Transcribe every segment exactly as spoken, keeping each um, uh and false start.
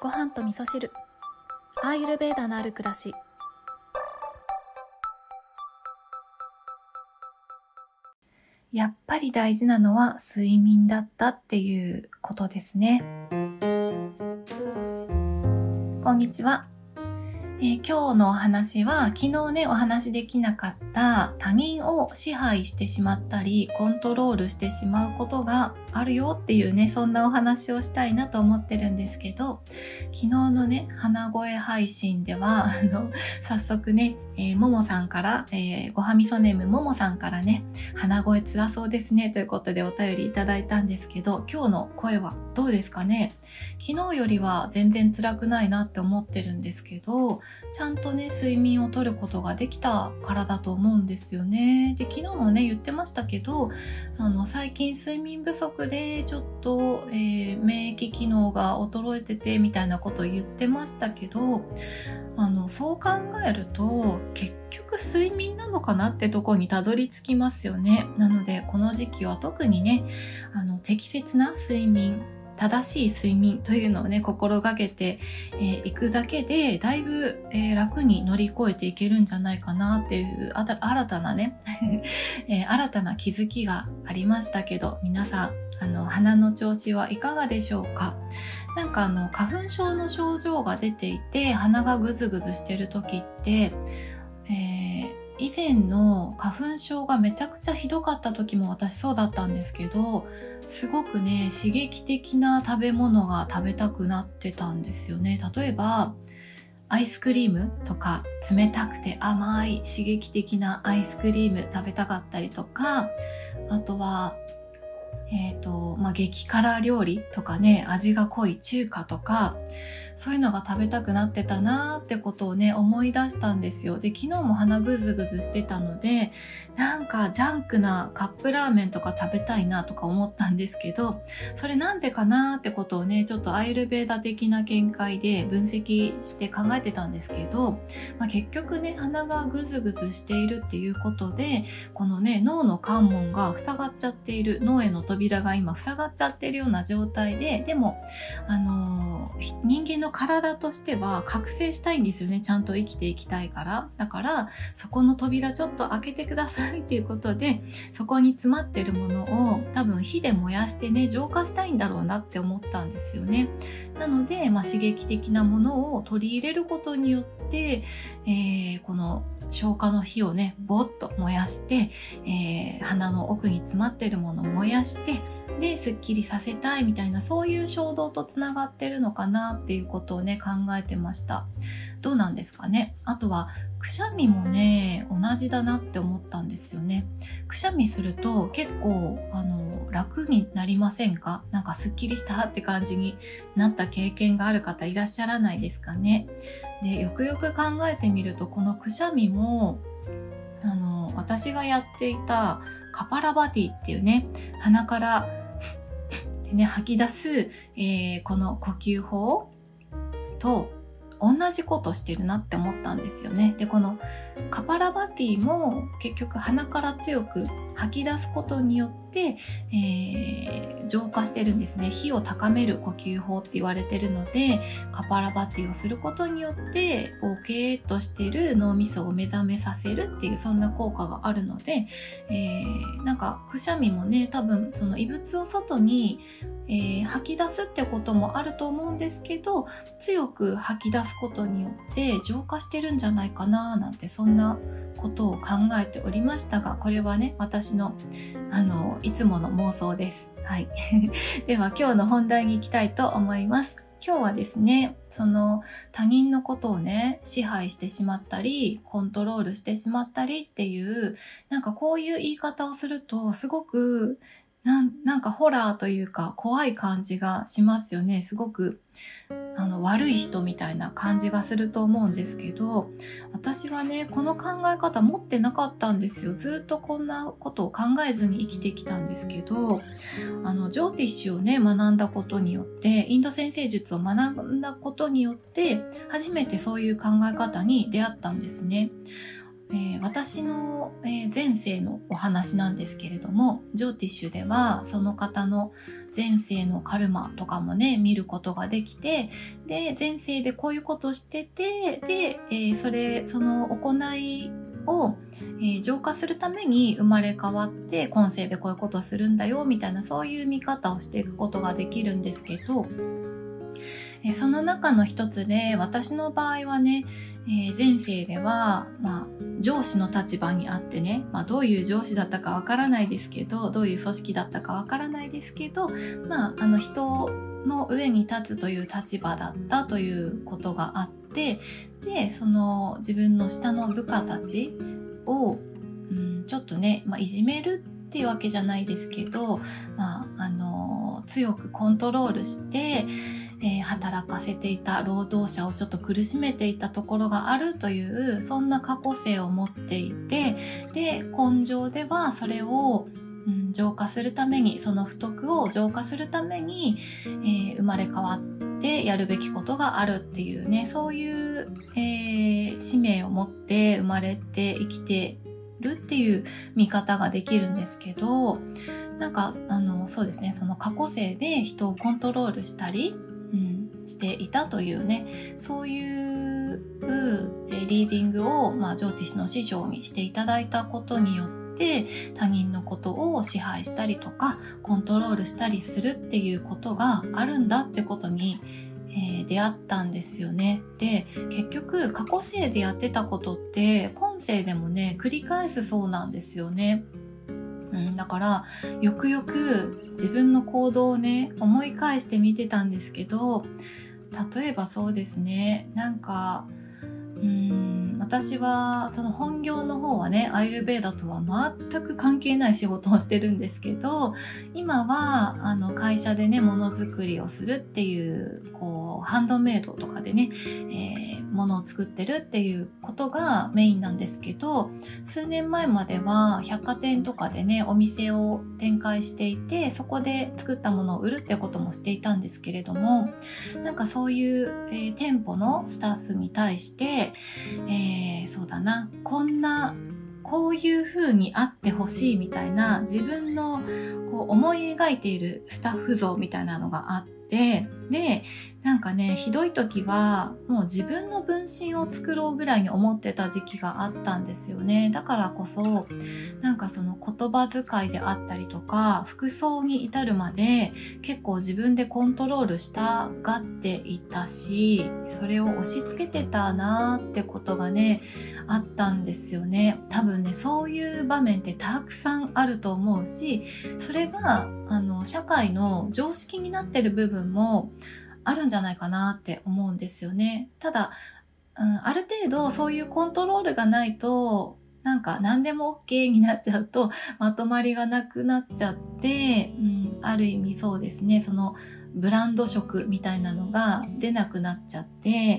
ご飯と味噌汁、アーユルヴェーダのある暮らし。やっぱり大事なのは睡眠だったっていうことですね。こんにちは。えー、今日のお話は昨日ねお話できなかった他人を支配してしまったりコントロールしてしまうことがあるよっていうね、そんなお話をしたいなと思ってるんですけど、昨日のね鼻声配信ではあの早速ね、えー、ももさんから、えー、ごはみそネームももさんからね、鼻声辛そうですねということでお便りいただいたんですけど、今日の声はどうですかね。昨日よりは全然辛くないなって思ってるんですけど、ちゃんとね睡眠をとることができたからだと思うんですよね。で、昨日もね言ってましたけど、あの最近睡眠不足でちょっと、えー、免疫機能が衰えててみたいなことを言ってましたけど、あのそう考えると結局睡眠なのかなってとこにたどり着きますよね。なのでこの時期は特にね、あの適切な睡眠、正しい睡眠というのをね心がけてい、えー、くだけでだいぶ、えー、楽に乗り越えていけるんじゃないかなっていうあた新たなね、えー、新たな気づきがありましたけど、皆さんあの鼻の調子はいかがでしょうか。なんかあの花粉症の症状が出ていて鼻がグズグズしてる時って、えー以前の花粉症がめちゃくちゃひどかった時も私そうだったんですけど、すごくね刺激的な食べ物が食べたくなってたんですよね。例えばアイスクリームとか、冷たくて甘い刺激的なアイスクリーム食べたかったりとか、あとはえーとまあ、激辛料理とかね、味が濃い中華とか、そういうのが食べたくなってたなーってことをね思い出したんですよ。で、昨日も鼻ぐずぐずしてたので、なんかジャンクなカップラーメンとか食べたいなとか思ったんですけど、それなんでかなーってことをねちょっとアイルベーダ的な見解で分析して考えてたんですけど、まあ、結局ね鼻がぐずぐずしているっていうことで、このね脳の関門が塞がっちゃっている、脳への扉が今塞がっちゃっているような状態で、でもあのー、人間の体としては覚醒したいんですよね。ちゃんと生きていきたいから。だからそこの扉ちょっと開けてくださいっていうことで、そこに詰まってるものを多分火で燃やしてね浄化したいんだろうなって思ったんですよね。なので、まあ、刺激的なものを取り入れることによって、えー、この消化の火をねボッと燃やして、えー、鼻の奥に詰まってるものを燃やして、で、すっきりさせたいみたいな、そういう衝動とつながってるのかなっていうことをね考えてました。どうなんですかね。あとはくしゃみもね同じだなって思ったんですよね。くしゃみすると結構あの楽になりませんか？なんかすっきりしたって感じになった経験がある方いらっしゃらないですかね。で、よくよく考えてみると、このくしゃみもあの私がやっていたカパラバティっていうね、鼻からね、吐き出す、えー、この呼吸法と同じことしてるなって思ったんですよね。で、このカパラバティも結局鼻から強く吐き出すことによって、えー、浄化してるんですね。火を高める呼吸法って言われてるので、カパラバティをすることによってこうケーっとしてる脳みそを目覚めさせるっていう、そんな効果があるので、えー、なんかくしゃみもね多分その異物を外に、えー、吐き出すってこともあると思うんですけど、強く吐き出すことによって浄化してるんじゃないかななんて、そんなことを考えておりましたが、これはね私のあのいつもの妄想です。はいでは今日の本題に行きたいと思います。今日はですね、その他人のことをね支配してしまったりコントロールしてしまったりっていう、なんかこういう言い方をするとすごくなん、なんかホラーというか怖い感じがしますよね。すごくあの悪い人みたいな感じがすると思うんですけど、私はねこの考え方持ってなかったんですよ。ずっとこんなことを考えずに生きてきたんですけど、あのジョーティッシュをね学んだことによって、インド占星術を学んだことによって初めてそういう考え方に出会ったんですね。 えー私の、えー前世のお話なんですけれども、ジョーティッシュではその方の前世のカルマとかもね見ることができて、で前世でこういうことしてて、で、えーそれその行いを、えー浄化するために生まれ変わって今世でこういうことをするんだよみたいな、そういう見方をしていくことができるんですけど、えーその中の一つで私の場合はね、えー前世では、まあ、上司の立場にあってね、まあ、どういう上司だったかわからないですけど、どういう組織だったかわからないですけど、まあ、あの人の上に立つという立場だったということがあって、でその自分の下の部下たちを、うん、ちょっとね、まあ、いじめるっていうわけじゃないですけど、まあ、あの強くコントロールして、えー働かせていた労働者をちょっと苦しめていたところがあるという、そんな過去性を持っていて、で根性ではそれを、うん、浄化するために、その不徳を浄化するために、えー生まれ変わってやるべきことがあるっていうね、そういう、えー使命を持って生まれて生きてるっていう見方ができるんですけど、なんかあのそうですね、その過去世で人をコントロールしたり、うん、していたというね、そういうえリーディングを、まあ、ジョーティッシュの師匠にしていただいたことによって他人のことを支配したりとかコントロールしたりするっていうことがあるんだってことに、えー出会ったんですよね。で結局過去世でやってたことって今世でもね繰り返すそうなんですよね。うん、だからよくよく自分の行動をね思い返してみてたんですけど、例えばそうですね、なんかうーん私はその本業の方はねアイルベーダとは全く関係ない仕事をしてるんですけど、今はあの会社でねものづくりをするっていうこうハンドメイドとかでね、えー、ものを作ってるっていうことがメインなんですけど、数年前までは百貨店とかでねお店を展開していて、そこで作ったものを売るってこともしていたんですけれども、なんかそういう、えー店舗のスタッフに対して、えーそうだな、こんなこういう風にあってほしいみたいな自分のこう思い描いているスタッフ像みたいなのがあって、でなんかねひどい時はもう自分の分身を作ろうぐらいに思ってた時期があったんですよね。だからこそなんかその言葉遣いであったりとか服装に至るまで結構自分でコントロールしたがっていたし、それを押し付けてたなーってことがねあったんですよね。多分ねそういう場面ってたくさんあると思うし、それがあの社会の常識になってる部分もあるんじゃないかなって思うんですよね。ただ、うん、ある程度そういうコントロールがないとなんか何でも OK になっちゃうとまとまりがなくなっちゃって、うん、ある意味そうですね、そのブランド色みたいなのが出なくなっちゃって、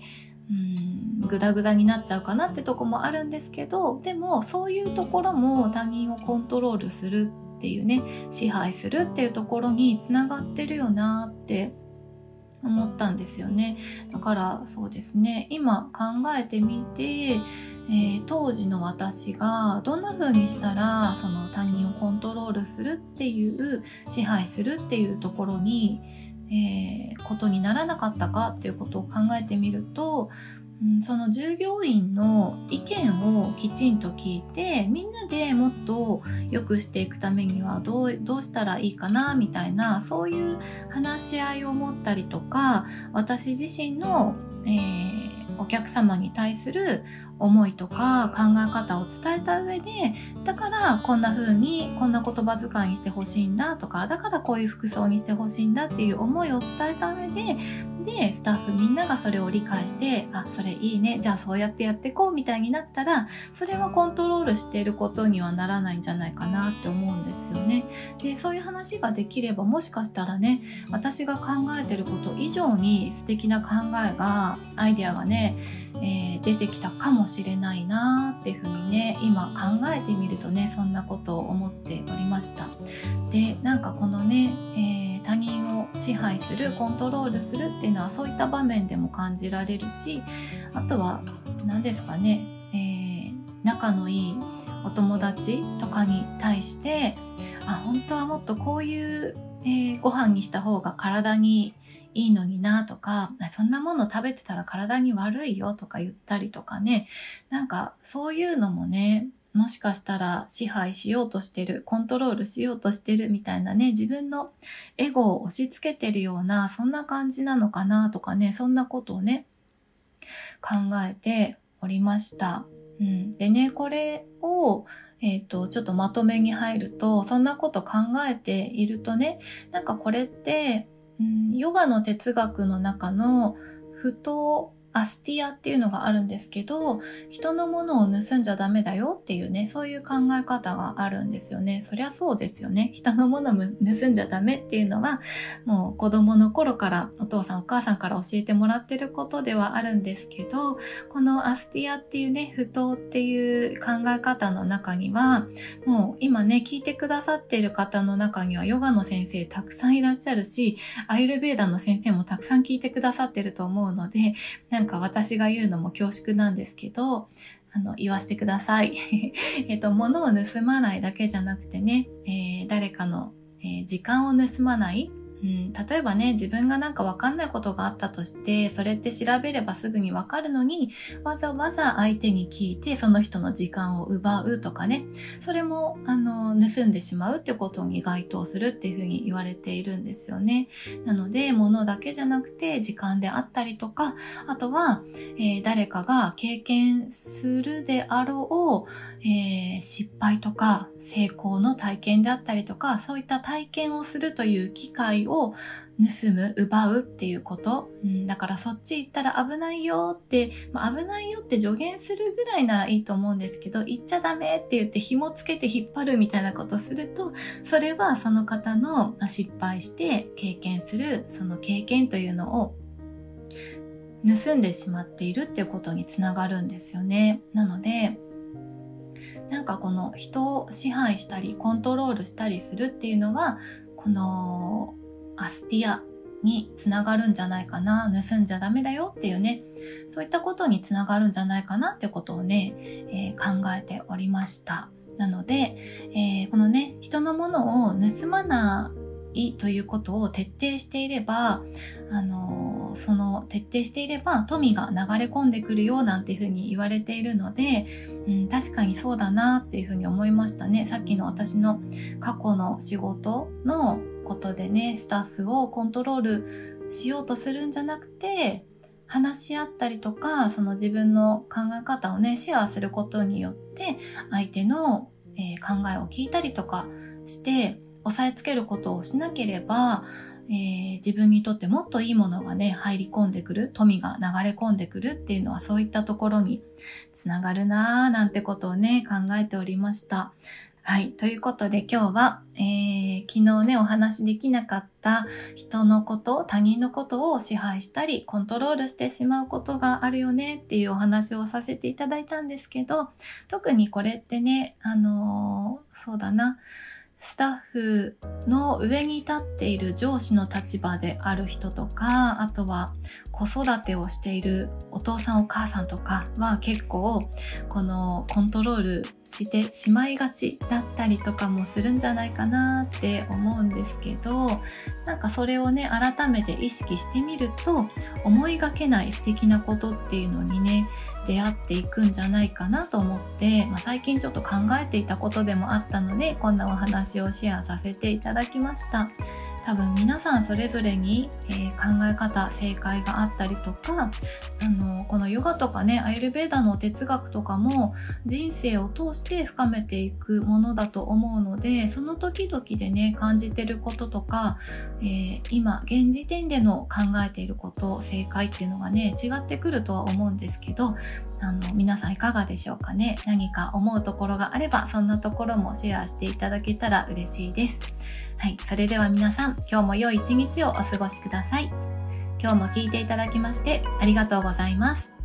うん、グダグダになっちゃうかなってとこもあるんですけど、でもそういうところも他人をコントロールするっていうね、支配するっていうところにつながってるよなって思ったんですよね。だからそうですね、今考えてみて、えー当時の私がどんな風にしたらその他人をコントロールするっていう支配するっていうところに、えーことにならなかったかっていうことを考えてみると、うんその従業員の意見をきちんと聞いて、みんなでもっと良くしていくためにはどう、どうしたらいいかなみたいな、そういう話し合いを持ったりとか、私自身の、えーお客様に対する思いとか考え方を伝えた上で、だからこんな風にこんな言葉遣いにしてほしいんだとか、だからこういう服装にしてほしいんだっていう思いを伝えた上で、でスタッフみんながそれを理解して、あ、それいいね、じゃあそうやってやっていこうみたいになったら、それはコントロールしていることにはならないんじゃないかなって思うんですよね。でそういう話ができれば、もしかしたらね、私が考えてること以上に素敵な考えが、アイデアがね、えー出てきたかもしれないなっていうふうにね、今考えてみるとね、そんなことを思っておりました。でなんかこのね、えー他人を支配する、コントロールするっていうのはそういった場面でも感じられるし、あとは何ですかね、えー仲のいいお友達とかに対して、あ、本当はもっとこういう、えー、ご飯にした方が体にいいのになとか、そんなもの食べてたら体に悪いよとか言ったりとかね、なんかそういうのもね、もしかしたら支配しようとしてる、コントロールしようとしてるみたいなね、自分のエゴを押し付けてるような、そんな感じなのかなとかね、そんなことをね、考えておりました。うん、でね、これを、えっと、ちょっとまとめに入ると、そんなこと考えているとね、なんかこれって、うん、ヨガの哲学の中の不当アスティアっていうのがあるんですけど、人のものを盗んじゃダメだよっていうね、そういう考え方があるんですよね。そりゃそうですよね。人のものを盗んじゃダメっていうのは、もう子供の頃からお父さんお母さんから教えてもらってることではあるんですけど、このアスティアっていうね、不当っていう考え方の中には、もう今ね、聞いてくださっている方の中にはヨガの先生たくさんいらっしゃるし、アイルベーダの先生もたくさん聞いてくださってると思うので、なんか私が言うのも恐縮なんですけど、あの、言わせてください。えっと、物を盗まないだけじゃなくてね、えー、誰かの、えー、時間を盗まない、うん、例えばね、自分がなんかわかんないことがあったとして、それって調べればすぐにわかるのに、わざわざ相手に聞いて、その人の時間を奪うとかね、それも、あの、盗んでしまうってことに該当するっていうふうに言われているんですよね。なので、物だけじゃなくて、時間であったりとか、あとは、えー、誰かが経験するであろう、えー、失敗とか、成功の体験であったりとか、そういった体験をするという機会をを盗む、奪うっていうこと、うん、だからそっち行ったら危ないよって、まあ、危ないよって助言するぐらいならいいと思うんですけど、行っちゃダメって言って紐つけて引っ張るみたいなことすると、それはその方の失敗して経験するその経験というのを盗んでしまっているっていうことにつながるんですよね。なので、なんかこの人を支配したりコントロールしたりするっていうのは、このアスティアにつながるんじゃないかな、盗んじゃダメだよっていうね、そういったことにつながるんじゃないかなっていうことをね、えー、考えておりました。なので、えー、このね、人のものを盗まないということを徹底していれば、あのー、その徹底していれば富が流れ込んでくるよなんていうふうに言われているので、うん、確かにそうだなっていうふうに思いましたね。さっきの私の過去の仕事のことでね、スタッフをコントロールしようとするんじゃなくて、話し合ったりとか、その自分の考え方をね、シェアすることによって、相手の、えー、考えを聞いたりとかして、押さえつけることをしなければ、えー、自分にとってもっといいものがね、入り込んでくる、富が流れ込んでくるっていうのは、そういったところにつながるなぁ、なんてことをね、考えておりました。はい。ということで今日は、えー、昨日ね、お話できなかった人のこと、他人のことを支配したり、コントロールしてしまうことがあるよねっていうお話をさせていただいたんですけど、特にこれってね、あのー、そうだな、スタッフの上に立っている上司の立場である人とか、あとは子育てをしているお父さんお母さんとかは結構このコントロールしてしまいがちだったりとかもするんじゃないかなって思うんですけど、なんかそれをね、改めて意識してみると、思いがけない素敵なことっていうのにね、出会っていくんじゃないかなと思って、まあ、最近ちょっと考えていたことでもあったので、こんなお話をシェアさせていただきました。多分皆さんそれぞれに、えー、考え方、正解があったりとか、あのこのヨガとかね、アイルベーダの哲学とかも人生を通して深めていくものだと思うので、その時々でね、感じてることとか、えー、今現時点での考えていること、正解っていうのがね、違ってくるとは思うんですけど、あの皆さんいかがでしょうかね。何か思うところがあれば、そんなところもシェアしていただけたら嬉しいです。はい、それでは皆さん、今日も良い一日をお過ごしください。今日も聞いていただきましてありがとうございます。